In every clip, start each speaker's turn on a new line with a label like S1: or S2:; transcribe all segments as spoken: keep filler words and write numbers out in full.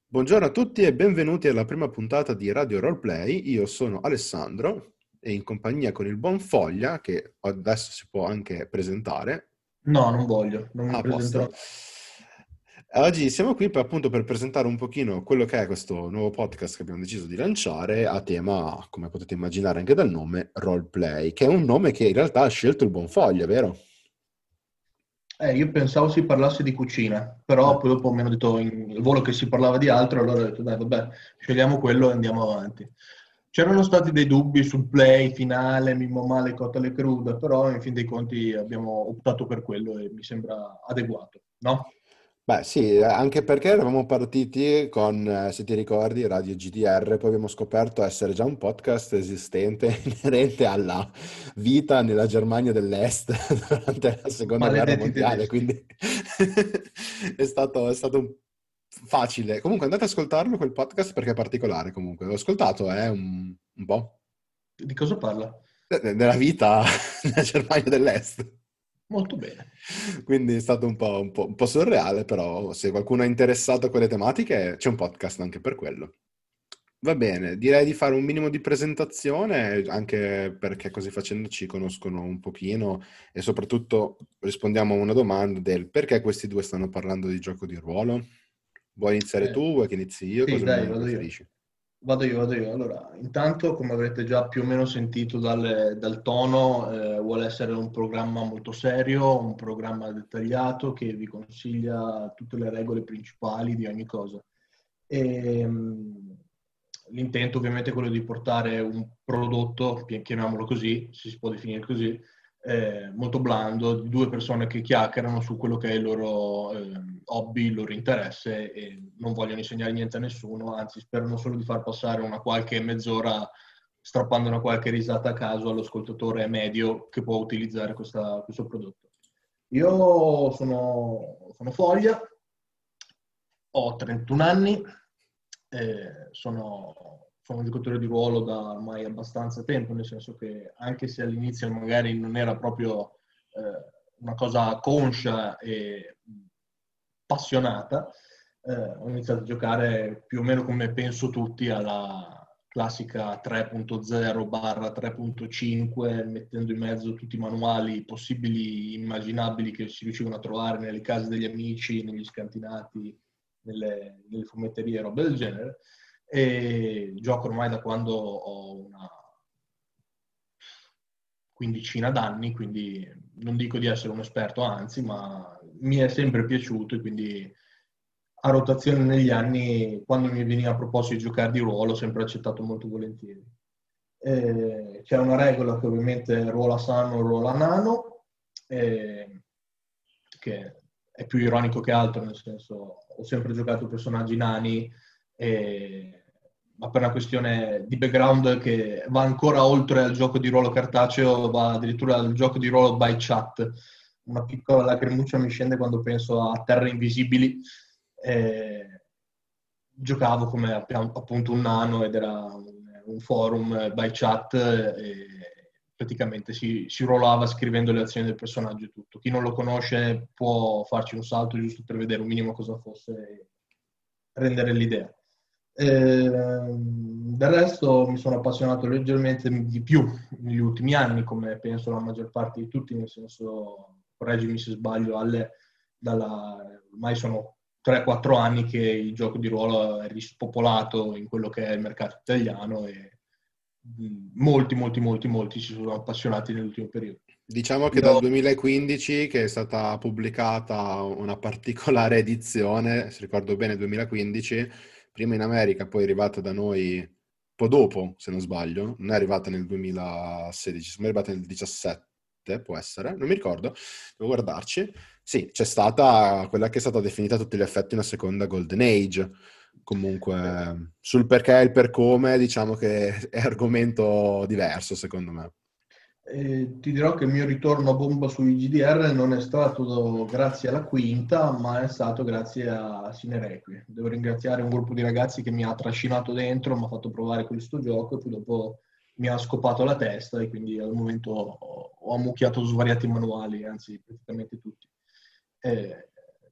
S1: Buongiorno a tutti e benvenuti alla prima puntata di Radio Roleplay. Io sono Alessandro e in compagnia con il buon Foglia, che adesso si può anche presentare.
S2: No, non voglio, non mi
S1: A
S2: presenterò.
S1: posto. Oggi siamo qui per, appunto per presentare un pochino quello che è questo nuovo podcast che abbiamo deciso di lanciare a tema, come potete immaginare anche dal nome, Roleplay, che è un nome che in realtà ha scelto il buon Foglia, vero?
S2: Eh, io pensavo si parlasse di cucina,
S1: Eh.
S2: però poi dopo mi hanno detto in al volo che si parlava di altro, allora ho detto dai, vabbè, scegliamo quello e andiamo avanti. C'erano stati dei dubbi sul play finale, Mimmo Male, Cotale Cruda, però in fin dei conti abbiamo optato per quello e mi sembra adeguato, no?
S1: Beh, sì, anche perché eravamo partiti con, eh, se ti ricordi, Radio G D R, poi abbiamo scoperto essere già un podcast esistente inerente alla vita nella Germania dell'Est durante la Seconda Guerra
S2: Maledetti
S1: Mondiale,
S2: tedeschi.
S1: quindi è stato, è stato un- facile. Comunque andate ad ascoltarlo quel podcast perché è particolare comunque. L'ho ascoltato, è un, un po'
S2: Di cosa parla?
S1: de- della vita nella Germania dell'Est.
S2: Molto bene.
S1: Quindi è stato un po', un po', un po' surreale, però se qualcuno è interessato a quelle tematiche c'è un podcast anche per quello. Va bene, direi di fare un minimo di presentazione, anche perché così facendo ci conoscono un pochino e soprattutto rispondiamo a una domanda del perché questi due stanno parlando di gioco di ruolo. Vuoi iniziare
S2: Eh,
S1: tu? Vuoi che inizi io?
S2: sì,
S1: Cosa
S2: dai,
S1: mi
S2: vado io.
S1: preferisci?
S2: Vado io, vado io. Allora, intanto, come avrete già più o meno sentito dal, dal tono, eh, vuole essere un programma molto serio, un programma dettagliato che vi consiglia tutte le regole principali di ogni cosa. E, mh, l'intento ovviamente è quello di portare un prodotto, chi- chiamiamolo così, se si può definire così, eh, molto blando, di due persone che chiacchierano su quello che è il loro eh, hobby, il loro interesse e non vogliono insegnare niente a nessuno, anzi sperano solo di far passare una qualche mezz'ora strappando una qualche risata a caso all'ascoltatore medio che può utilizzare questa- questo prodotto. Io sono, sono Foglia, ho trentuno anni, eh, sono, sono un giocatore di ruolo da ormai abbastanza tempo, nel senso che anche se all'inizio magari non era proprio eh, una cosa conscia e appassionata, eh, ho iniziato a giocare più o meno come penso tutti alla classica tre punto zero barra tre punto cinque, mettendo in mezzo tutti i manuali possibili, immaginabili che si riuscivano a trovare nelle case degli amici, negli scantinati, nelle, nelle fumetterie e robe del genere. E gioco ormai da quando ho una quindicina d'anni, quindi non dico di essere un esperto, anzi, ma mi è sempre piaciuto e quindi a rotazione negli anni, quando mi veniva proposto di giocare di ruolo, ho sempre accettato molto volentieri. Eh, c'è una regola che ovviamente ruola sano, ruola nano, eh, che è più ironico che altro, nel senso ho sempre giocato personaggi nani, eh, ma per una questione di background che va ancora oltre al gioco di ruolo cartaceo, va addirittura al gioco di ruolo by chat. Una piccola lacrimuccia mi scende quando penso a Terre Invisibili. Eh, giocavo come appunto un nano ed era un, un forum by chat e praticamente si, si rollava scrivendo le azioni del personaggio e tutto. Chi non lo conosce può farci un salto giusto per vedere un minimo cosa fosse e rendere l'idea. Eh, del resto mi sono appassionato leggermente di più negli ultimi anni, come penso la maggior parte di tutti, nel senso, correggimi se sbaglio, alle, dalla, ormai sono tre quattro anni che il gioco di ruolo è rispopolato in quello che è il mercato italiano e molti, molti, molti, molti si sono appassionati nell'ultimo periodo.
S1: Diciamo che dal
S2: Io
S1: duemilaquindici che è stata pubblicata una particolare edizione, se ricordo bene duemilaquindici, prima in America, poi è arrivata da noi un po' dopo, se non sbaglio, non è arrivata nel duemilasedici, ma è arrivata nel diciassette, può essere, non mi ricordo, devo guardarci. Sì, c'è stata quella che è stata definita a tutti gli effetti una seconda Golden Age. Comunque, sul perché e il per come, diciamo che è argomento diverso, secondo me.
S2: Eh, ti dirò che il mio ritorno a bomba sui G D R non è stato grazie alla quinta, ma è stato grazie a Cinerequie. Devo ringraziare un gruppo di ragazzi che mi ha trascinato dentro, mi ha fatto provare questo gioco e poi dopo mi ha scopato la testa e quindi al momento ho, ho ammucchiato svariati manuali, anzi praticamente tutti. Eh,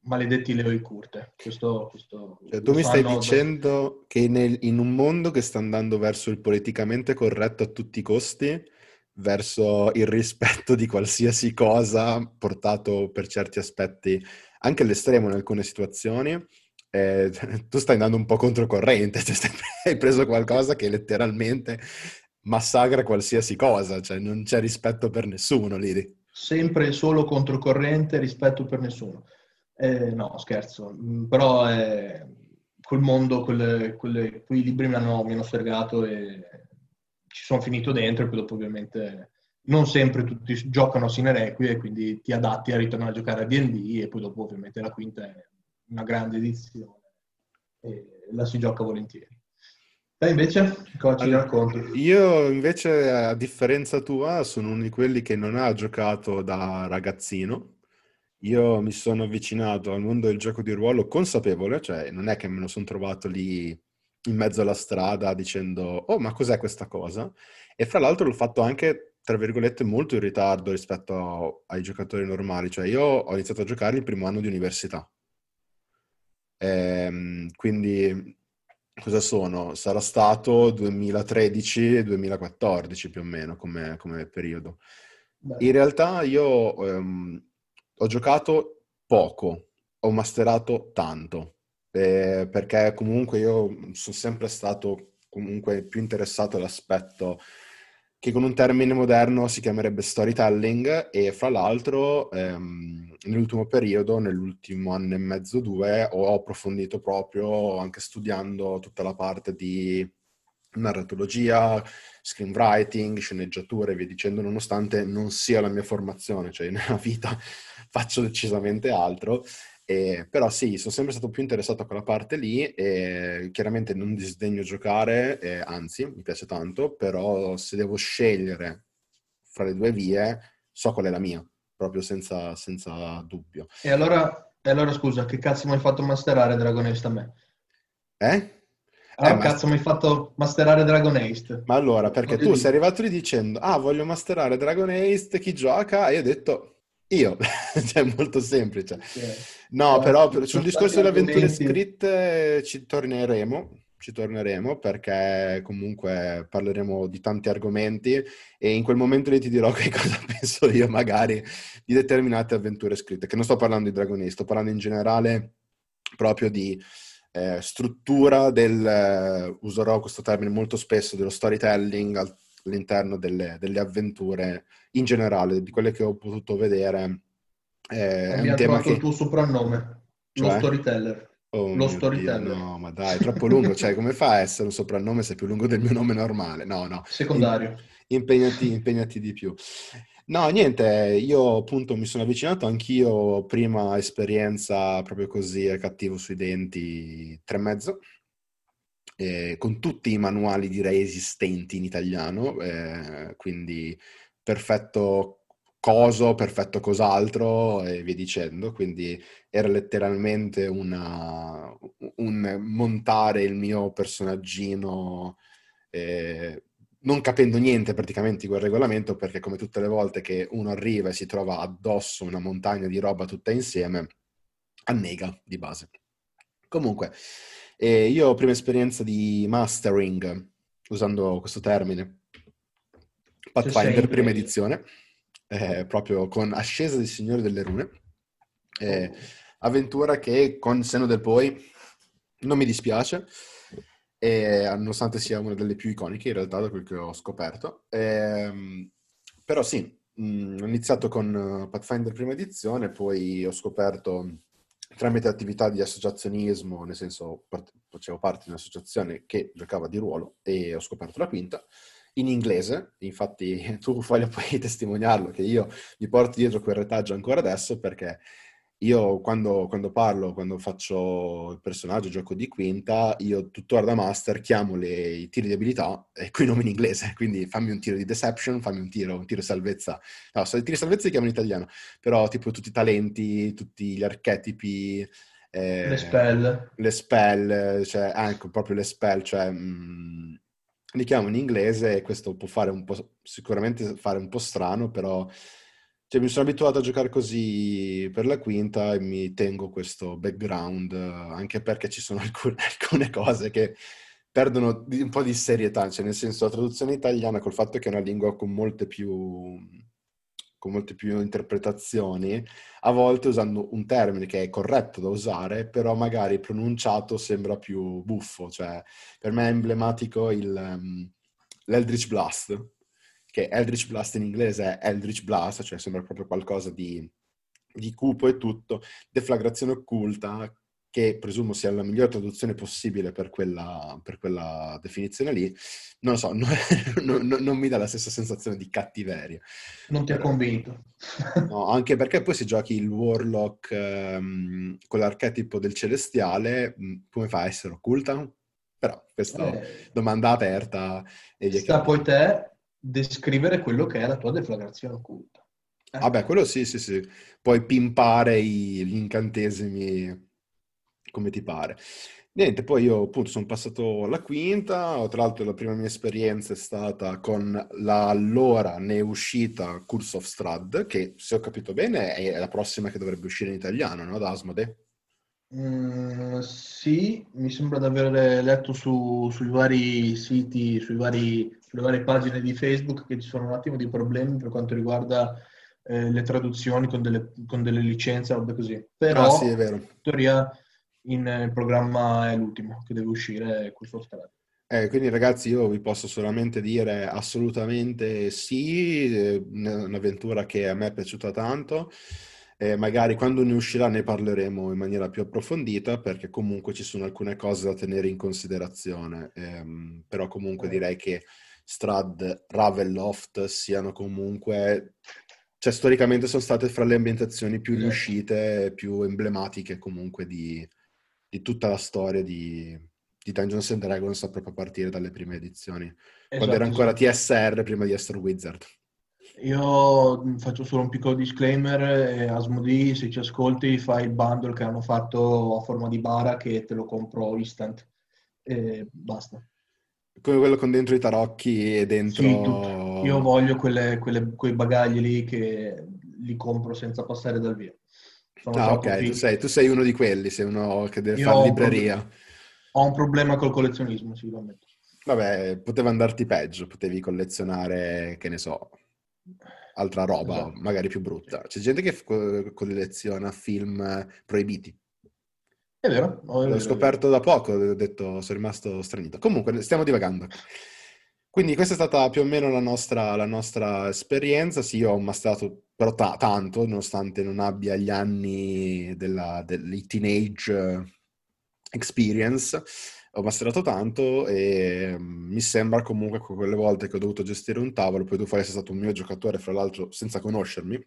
S2: maledetti Leo e Curte. Questo, questo
S1: Cioè, tu
S2: lo
S1: mi stai
S2: sanno da...
S1: dicendo che nel- in un mondo che sta andando verso il politicamente corretto a tutti i costi, verso il rispetto di qualsiasi cosa, portato per certi aspetti anche all'estremo in alcune situazioni, eh, tu stai andando un po' controcorrente, cioè stai- hai preso qualcosa che letteralmente massacra qualsiasi cosa, cioè non c'è rispetto per nessuno lì.
S2: Sempre e solo controcorrente, rispetto per nessuno. Eh, no, scherzo. Mm, però eh, quel mondo, quelle- quelle- quei libri mi hanno, mi hanno sfregato e ci sono finito dentro e poi dopo ovviamente non sempre tutti giocano a Sine Requiem e quindi ti adatti a ritornare a giocare a D and D e poi dopo ovviamente la quinta è una grande edizione e la si gioca volentieri. Te invece cosa ci
S1: Al-
S2: racconti?
S1: Io invece, a differenza tua, sono uno di quelli che non ha giocato da ragazzino. Io mi sono avvicinato al mondo del gioco di ruolo consapevole, cioè non è che me lo sono trovato lì in mezzo alla strada dicendo, oh, ma cos'è questa cosa? E fra l'altro l'ho fatto anche, tra virgolette, molto in ritardo rispetto a- ai giocatori normali. Cioè io ho iniziato a giocare il primo anno di università. Ehm, quindi cosa sono? Sarà stato duemilatredici-duemilaquattordici più o meno come, come periodo. In
S2: Beh,
S1: realtà io ehm, ho giocato poco, ho masterato tanto, eh, perché comunque io sono sempre stato comunque più interessato all'aspetto che con un termine moderno si chiamerebbe storytelling e fra l'altro ehm, nell'ultimo periodo, nell'ultimo anno e mezzo, due, ho approfondito proprio anche studiando tutta la parte di narratologia, screenwriting, sceneggiature e via dicendo, nonostante non sia la mia formazione, cioè nella vita faccio decisamente altro. Eh, però sì, sono sempre stato più interessato a quella parte lì e chiaramente non disdegno giocare, eh, anzi, mi piace tanto, però se devo scegliere fra le due vie, so qual è la mia, proprio senza, senza dubbio.
S2: e allora, e allora scusa, che cazzo mi hai fatto masterare Dragon Age a me?
S1: Eh? Eh,
S2: Allora
S1: ma,
S2: cazzo mi hai fatto masterare Dragon Age?
S1: ma allora, perché
S2: Voglio
S1: tu sei
S2: dire,
S1: arrivato lì dicendo, ah, voglio masterare Dragon Age, chi gioca? E io ho detto, io, cioè è molto semplice.
S2: ok,
S1: No, però
S2: cazzo,
S1: per-
S2: ci
S1: sul
S2: sono
S1: discorso
S2: stati
S1: delle avventure
S2: argomenti.
S1: scritte ci torneremo, ci torneremo perché comunque parleremo di tanti argomenti e in quel momento lì ti dirò che cosa penso io magari di determinate avventure scritte, che non sto parlando di Dragon Age, sto parlando in generale proprio di eh, struttura del, eh, userò questo termine molto spesso, dello storytelling al- all'interno delle, delle avventure in generale, di quelle che ho potuto vedere. Eh, è un
S2: Abbiamo
S1: tema
S2: trovato il
S1: che,
S2: tuo soprannome, lo
S1: cioè,
S2: storyteller.
S1: oh
S2: Lo
S1: mio Dio,
S2: storyteller.
S1: no, ma dai, è troppo lungo, cioè, come fa a essere un soprannome se è più lungo del mio nome normale? No, no, im-
S2: Secondario.
S1: impegnati, impegnati di più. No, niente, io appunto mi sono avvicinato anch'io, prima esperienza proprio così, eh, cattivo sui denti, tre e mezzo, eh, con tutti i manuali direi esistenti in italiano, eh, quindi perfetto coso, perfetto cos'altro e via dicendo, quindi era letteralmente una, un montare il mio personaggino eh, non capendo niente praticamente di quel regolamento, perché come tutte le volte che uno arriva e si trova addosso una montagna di roba tutta insieme, annega di base. Comunque, eh, io ho prima esperienza di mastering, usando questo termine,
S2: Se sei
S1: Pathfinder prima
S2: inglese.
S1: edizione, eh, proprio con Ascesa del Signore delle Rune, eh,
S2: Oh.
S1: avventura che con senno del poi non mi dispiace, e, nonostante sia una delle più iconiche in realtà da quel che ho scoperto. Ehm, però sì, mh, ho iniziato con eh, Pathfinder prima edizione, poi ho scoperto tramite attività di associazionismo, nel senso part- facevo parte di un'associazione che giocava di ruolo e ho scoperto la quinta in inglese, infatti tu Foglia puoi testimoniarlo che io mi porto dietro quel retaggio ancora adesso perché io quando, quando parlo, quando faccio il personaggio, gioco di quinta, io tuttora da master chiamo le, i tiri di abilità e qui nomi in inglese, quindi fammi un tiro di deception, fammi un tiro, un tiro di salvezza. No, so, i tiri di salvezza si chiamano in italiano, però tipo tutti i talenti, tutti gli archetipi,
S2: Le
S1: eh,
S2: spell.
S1: le spell, cioè anche proprio le spell, cioè mh, li chiamo in inglese e questo può fare un po', sicuramente fare un po' strano, però Cioè, mi sono abituato a giocare così per la quinta e mi tengo questo background, eh, anche perché ci sono alcune, alcune cose che perdono di- un po' di serietà, cioè nel senso la traduzione italiana col fatto che è una lingua con molte più, con molte più interpretazioni, a volte usando un termine che è corretto da usare, però magari pronunciato sembra più buffo, cioè per me è emblematico il, um, l'Eldritch Blast, che Eldritch Blast in inglese è Eldritch Blast, cioè sembra proprio qualcosa di, di cupo e tutto, deflagrazione occulta, che presumo sia la migliore traduzione possibile per quella, per quella definizione lì, non lo so, non, non- non mi dà la stessa sensazione di cattiveria.
S2: Non ti ha
S1: Per-
S2: convinto.
S1: No, anche perché poi se giochi il Warlock ehm, con l'archetipo del celestiale, mh, come fa a essere occulta? Però questa
S2: Eh,
S1: domanda aperta e via che
S2: sta
S1: va.
S2: poi te descrivere quello che è la tua deflagrazione occulta. Eh,
S1: Vabbè, quello sì, sì, sì. Puoi pimpare i- gli incantesimi come ti pare. Niente, poi io appunto sono passato alla quinta, tra l'altro la prima mia esperienza è stata con la allora ne uscita Curse of Strahd, che se ho capito bene è la prossima che dovrebbe uscire in italiano, no? Da Asmodee.
S2: mm, sì, mi sembra di aver letto su- sui vari siti, sui vari- sulle varie pagine di Facebook che ci sono un attimo di problemi per quanto riguarda eh, le traduzioni con delle, con delle licenze, robe così.
S1: Ah sì,
S2: Però,
S1: è vero.
S2: in teoria, in eh, programma è l'ultimo che deve uscire, questo strada.
S1: Eh, quindi ragazzi io vi posso solamente dire assolutamente sì, è un'avventura che a me è piaciuta tanto. Eh, magari quando ne uscirà ne parleremo in maniera più approfondita perché comunque ci sono alcune cose da tenere in considerazione. Ehm, però comunque direi che Strahd, Ravenloft siano comunque, cioè storicamente sono state fra le ambientazioni più
S2: Esatto,
S1: riuscite, più emblematiche comunque di, di tutta la storia di, di Dungeons and Dragons, proprio a partire dalle prime edizioni, quando era
S2: esatto,
S1: ancora
S2: esatto.
S1: T S R prima di essere Wizard.
S2: Io mh, faccio solo un piccolo disclaimer, eh, Asmodee, se ci ascolti, fai il bundle che hanno fatto a forma di bara che te lo compro instant. E basta.
S1: Come quello con dentro i tarocchi e
S2: Sì, tutto. Io
S1: dentro...
S2: voglio quelle- quelle- quei bagagli lì che li compro senza passare dal via. Sono
S1: Ah,
S2: troppo
S1: ok, tu
S2: fighi.
S1: sei, tu sei uno di quelli, sei uno che deve
S2: Io
S1: fare
S2: ho un, prob-
S1: libreria.
S2: ho un problema col collezionismo, sì, lo ammetto.
S1: Vabbè, poteva andarti peggio, potevi collezionare, che ne so, altra roba,
S2: Esatto.
S1: magari più brutta. C'è gente che co- colleziona film eh, proibiti.
S2: È vero, no, è
S1: L'ho
S2: vero, è vero.
S1: scoperto da poco, ho detto, sono rimasto stranito. Comunque, stiamo divagando. Quindi questa è stata più o meno la nostra, la nostra esperienza. Sì, io ho masterato però ta- tanto, nonostante non abbia gli anni della, del teenage eh, experience. Ho masterato tanto e mm, mi sembra comunque che quelle volte che ho dovuto gestire un tavolo, poi tu fai essere stato un mio giocatore, fra l'altro senza conoscermi,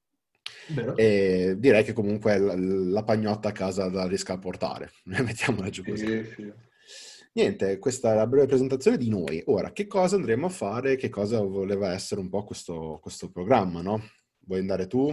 S2: È vero?
S1: e direi che comunque la, la pagnotta a casa la riesco a portare. Mettiamola giù così.
S2: Sì, sì.
S1: Niente, questa è la breve presentazione di noi. Ora, che cosa andremo a fare? Che cosa voleva essere un po' questo, questo programma, no? Vuoi andare tu?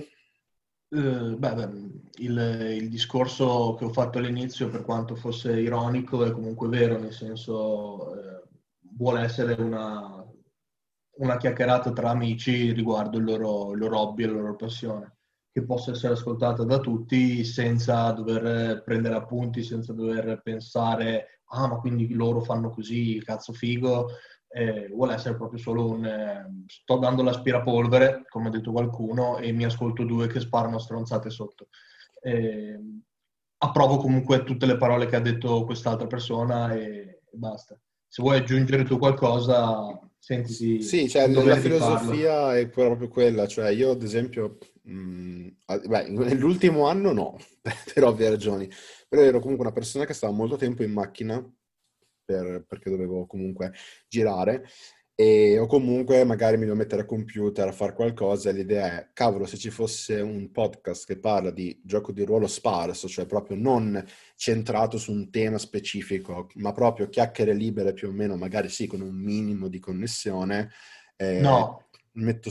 S2: Eh, beh, beh, il, il discorso che ho fatto all'inizio, per quanto fosse ironico, è comunque vero, nel senso, eh, vuole essere una, una chiacchierata tra amici riguardo il loro, il loro hobby e la loro passione, che possa essere ascoltata da tutti senza dover prendere appunti, senza dover pensare, ah, ma quindi loro fanno così, cazzo figo, eh, vuole essere proprio solo un eh, sto dando l'aspirapolvere, come ha detto qualcuno, e mi ascolto due che sparano stronzate sotto. Eh, approvo comunque tutte le parole che ha detto quest'altra persona e, e basta. Se vuoi aggiungere tu qualcosa, sentiti
S1: Sì, cioè
S2: in
S1: l- la
S2: dovere di farlo.
S1: filosofia è proprio quella, cioè io ad esempio, mh, a- beh, nell'ultimo anno no, per ovvie ragioni, però ero comunque una persona che stava molto tempo in macchina per- perché dovevo comunque girare e o comunque magari mi devo mettere a computer a fare qualcosa e l'idea è, cavolo, se ci fosse un podcast che parla di gioco di ruolo sparso, cioè proprio non centrato su un tema specifico, ma proprio chiacchiere libere più o meno, magari sì, con un minimo di connessione, eh,
S2: No,
S1: metto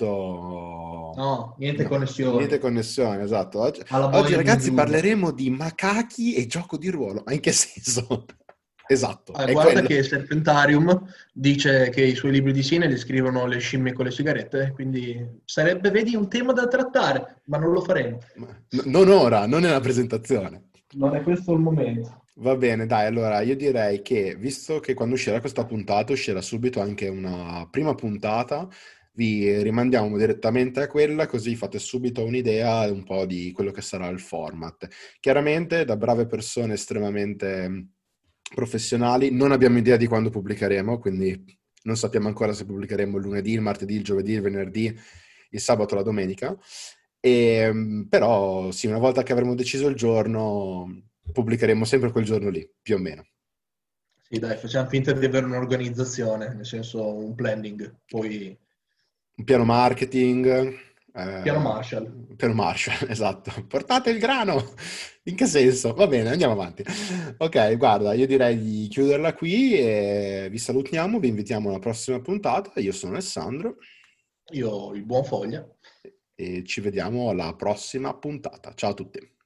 S1: sotto...
S2: no, niente
S1: No, niente
S2: connessioni.
S1: connessione, esatto. Oggi,
S2: Alla
S1: oggi,
S2: voglia di un
S1: ragazzi
S2: giullare.
S1: parleremo di macachi e gioco di ruolo. Ma in che senso? Esatto,
S2: Ah,
S1: è
S2: guarda
S1: quello.
S2: che Serpentarium dice che i suoi libri di Sine li scrivono le scimmie con le sigarette, quindi sarebbe, vedi, un tema da trattare, ma non lo faremo.
S1: Ma- n- non ora, non nella presentazione.
S2: Non è questo il momento.
S1: Va bene, dai, allora io direi che, visto che quando uscirà questa puntata, uscirà subito anche una prima puntata, vi rimandiamo direttamente a quella, così fate subito un'idea un po' di quello che sarà il format. Chiaramente, da brave persone estremamente mh, professionali, non abbiamo idea di quando pubblicheremo, quindi non sappiamo ancora se pubblicheremo il lunedì, il martedì, il giovedì, il venerdì, il sabato o la domenica. E, mh, però sì, una volta che avremo deciso il giorno, pubblicheremo sempre quel giorno lì, più o meno.
S2: Sì, dai, facciamo finta di avere un'organizzazione, nel senso un planning, poi
S1: Un piano marketing,
S2: piano
S1: eh,
S2: Marshall.
S1: un piano Marshall, esatto. Portate il grano! In che senso? Va bene, andiamo avanti. Ok, guarda, io direi di chiuderla qui e vi salutiamo, vi invitiamo alla prossima puntata. Io sono Alessandro
S2: Io il buon foglia.
S1: e ci vediamo alla prossima puntata. Ciao a tutti.